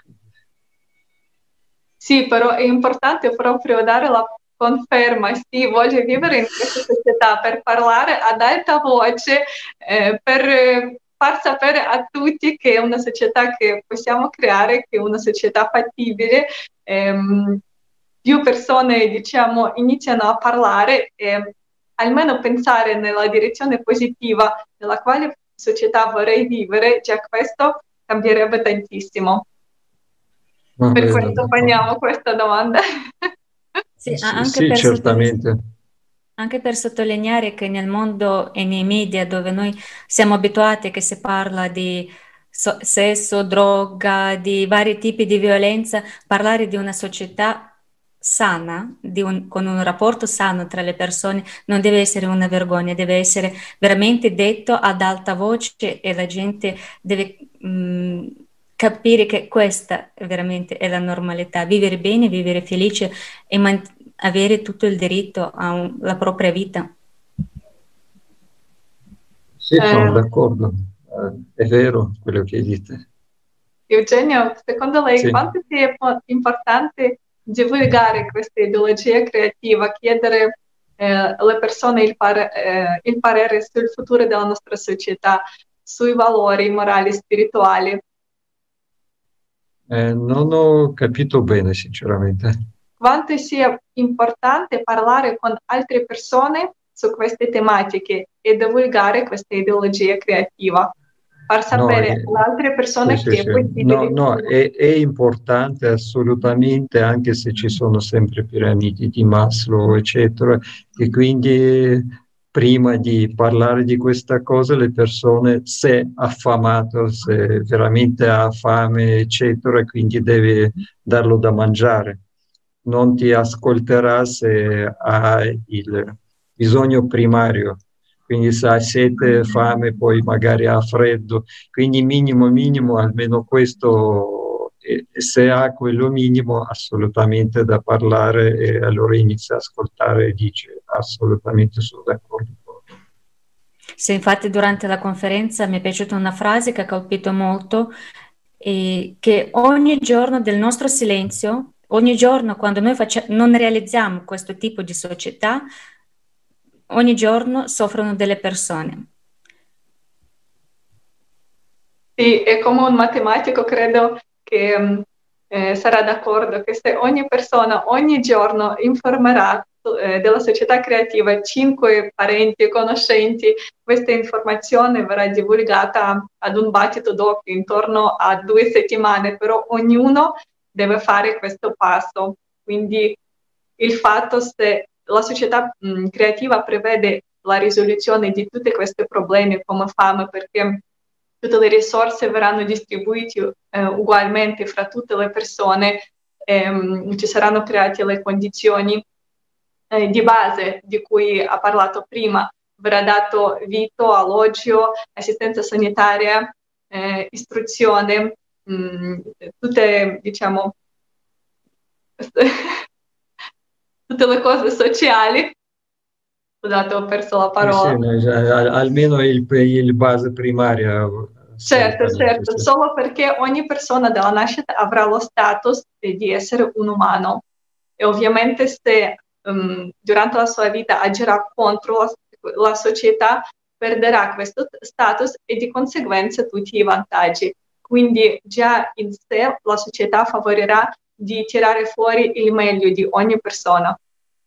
[SPEAKER 2] Sì, però è importante proprio dare la conferma, sì, voglio vivere in questa società, per parlare ad alta voce, per far sapere a tutti che è una società che possiamo creare, che è una società fattibile. Più persone, diciamo, iniziano a parlare e almeno pensare nella direzione positiva nella quale società vorrei vivere, già questo cambierebbe tantissimo. Per questo poniamo questa domanda.
[SPEAKER 1] Sì,
[SPEAKER 3] sì, certamente.
[SPEAKER 1] Anche per sottolineare che nel mondo e nei media dove noi siamo abituati che si parla di sesso, droga, di vari tipi di violenza, parlare di una società sana, con un rapporto sano tra le persone, non deve essere una vergogna, deve essere veramente detto ad alta voce, e la gente deve capire che questa veramente è la normalità, vivere bene, vivere felice e avere tutto il diritto alla propria vita.
[SPEAKER 3] Sì, sono d'accordo, è vero quello che dite.
[SPEAKER 2] Eugenio, secondo lei
[SPEAKER 3] Sì.
[SPEAKER 2] quanto sia importante divulgare questa ideologia creativa, chiedere alle persone il parere sul futuro della nostra società, sui valori morali e spirituali?
[SPEAKER 3] Non ho capito bene, sinceramente.
[SPEAKER 2] Quanto sia importante parlare con altre persone su queste tematiche e divulgare questa ideologia creativa, far sapere alle altre persone che è possibile.
[SPEAKER 3] No, è importante assolutamente, anche se ci sono sempre piramidi di Maslow, eccetera, e quindi prima di parlare di questa cosa le persone, se affamato, se veramente ha fame, eccetera, quindi deve darlo da mangiare. non ti ascolterà se hai il bisogno primario. Quindi se ha sete, fame, poi magari ha freddo. Quindi minimo, almeno questo, e se ha quello minimo, assolutamente da parlare, e allora inizia a ascoltare e dice assolutamente sono d'accordo.
[SPEAKER 1] Sì, infatti durante la conferenza mi è piaciuta una frase che ha colpito molto, che ogni giorno del nostro silenzio, ogni giorno quando noi non realizziamo questo tipo di società, ogni giorno soffrono delle persone.
[SPEAKER 2] Sì, e come un matematico credo che sarà d'accordo che se ogni persona ogni giorno informerà della società creativa 5 parenti e conoscenti, questa informazione verrà divulgata ad un battito d'occhio intorno a 2 settimane, però ognuno deve fare questo passo. Quindi il fatto se la società creativa prevede la risoluzione di tutti questi problemi come fame, perché tutte le risorse verranno distribuite ugualmente fra tutte le persone, ci saranno create le condizioni di base di cui ha parlato prima, verrà dato vitto, alloggio, assistenza sanitaria, istruzione, tutte, diciamo, tutte le cose sociali. Scusate, ho perso la parola.
[SPEAKER 3] Sì, almeno il base primaria.
[SPEAKER 2] Certo, certo,
[SPEAKER 3] sì.
[SPEAKER 2] solo perché ogni persona dalla nascita avrà lo status di essere un umano e ovviamente se durante la sua vita agirà contro la società perderà questo status e di conseguenza tutti i vantaggi. Quindi già in sé la società favorirà di tirare fuori il meglio di ogni persona.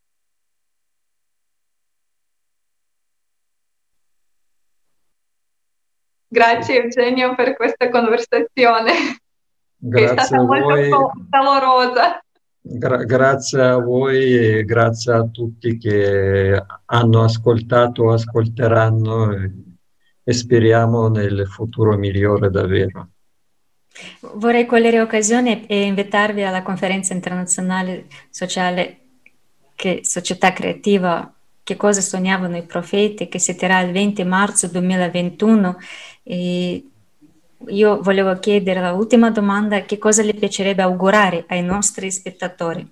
[SPEAKER 2] Grazie Eugenio per questa conversazione.
[SPEAKER 3] Grazie
[SPEAKER 2] è stata molto calorosa.
[SPEAKER 3] Grazie a voi e grazie a tutti che hanno ascoltato o ascolteranno e speriamo nel futuro migliore davvero.
[SPEAKER 1] Vorrei cogliere occasione e invitarvi alla conferenza internazionale sociale Società Creativa, che cosa sognavano i profeti, che si terrà il 20 marzo 2021. E io volevo chiedere l'ultima domanda: che cosa le piacerebbe augurare ai nostri spettatori?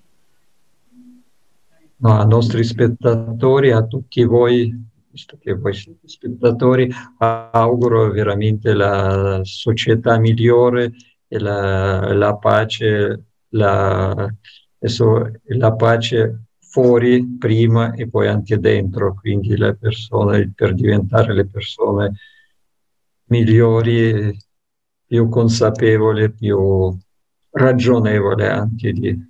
[SPEAKER 3] No, ai nostri spettatori, a tutti voi, visto che voi siete spettatori, auguro veramente la società migliore e la pace, la pace fuori prima e poi anche dentro, quindi le persone, per diventare le persone migliori, più consapevoli, più ragionevoli anche di...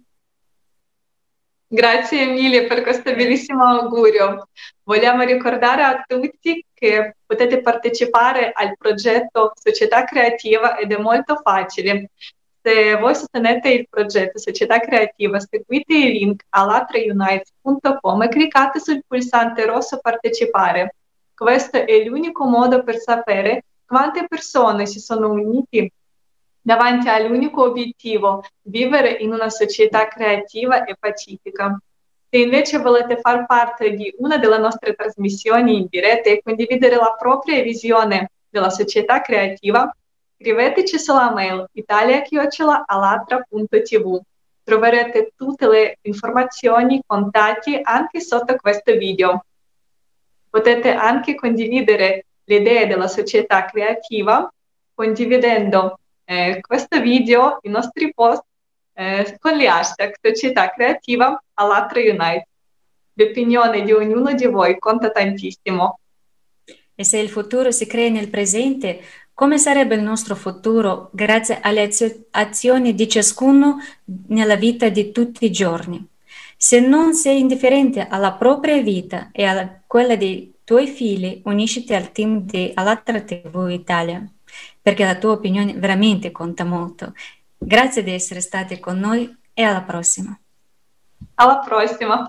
[SPEAKER 2] Grazie Emilia per questo bellissimo augurio. Vogliamo ricordare a tutti che potete partecipare al progetto Società Creativa ed è molto facile. Se voi sostenete il progetto Società Creativa, seguite il link allatraunites.com e cliccate sul pulsante rosso Partecipare. Questo è l'unico modo per sapere quante persone si sono unite davanti all'unico obiettivo, vivere in una società creativa e pacifica. Se invece volete far parte di una delle nostre trasmissioni in diretta e condividere la propria visione della società creativa, scriveteci sulla mail italia@allatra.tv. Troverete tutte le informazioni, contatti anche sotto questo video. Potete anche condividere le idee della società creativa condividendo questo video, i nostri post con gli hashtag Società Creativa Allatra Unites. L'opinione di ognuno di voi conta tantissimo.
[SPEAKER 1] E se il futuro si crea nel presente, come sarebbe il nostro futuro grazie alle azioni di ciascuno nella vita di tutti i giorni? Se non sei indifferente alla propria vita e a quella dei tuoi figli, unisciti al team di Allatra TV Italia, perché la tua opinione veramente conta molto. Grazie di essere stati con noi e alla prossima.
[SPEAKER 2] Alla prossima.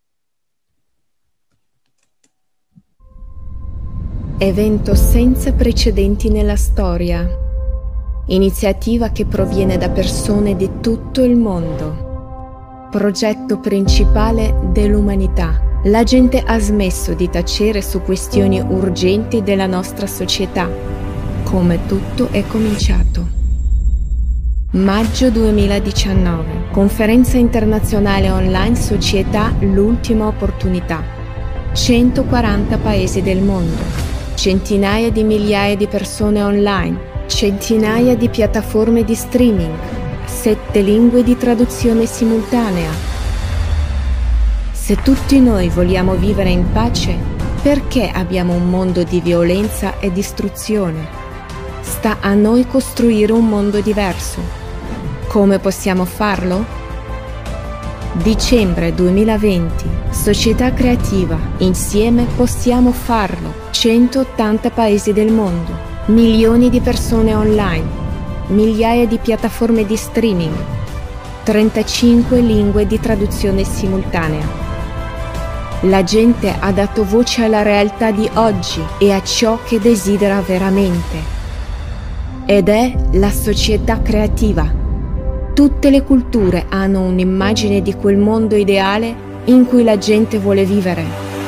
[SPEAKER 4] Evento senza precedenti nella storia. Iniziativa che proviene da persone di tutto il mondo. progetto principale dell'umanità. La gente ha smesso di tacere su questioni urgenti della nostra società. Come tutto è cominciato. Maggio 2019. Conferenza internazionale online Società l'ultima opportunità. 140 paesi del mondo. Centinaia di migliaia di persone online. Centinaia di piattaforme di streaming. 7 lingue di traduzione simultanea. Se tutti noi vogliamo vivere in pace, perché abbiamo un mondo di violenza e distruzione? Sta a noi costruire un mondo diverso. Come possiamo farlo? Dicembre 2020, Società Creativa. Insieme possiamo farlo. 180 paesi del mondo, milioni di persone online, migliaia di piattaforme di streaming, 35 lingue di traduzione simultanea. La gente ha dato voce alla realtà di oggi e a ciò che desidera veramente. Ed è la società creativa. Tutte le culture hanno un'immagine di quel mondo ideale in cui la gente vuole vivere.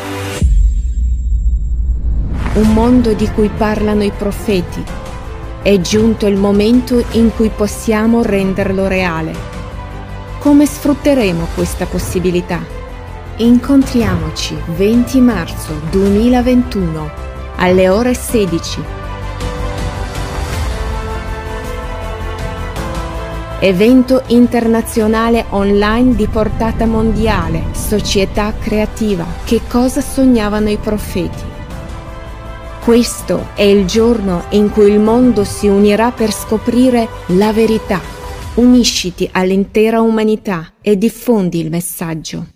[SPEAKER 4] Un mondo di cui parlano i profeti. È giunto il momento in cui possiamo renderlo reale. Come sfrutteremo questa possibilità? Incontriamoci 20 marzo 2021 alle ore 16. Evento internazionale online di portata mondiale, Società Creativa. Che cosa sognavano i profeti? Questo è il giorno in cui il mondo si unirà per scoprire la verità. Unisciti all'intera umanità e diffondi il messaggio.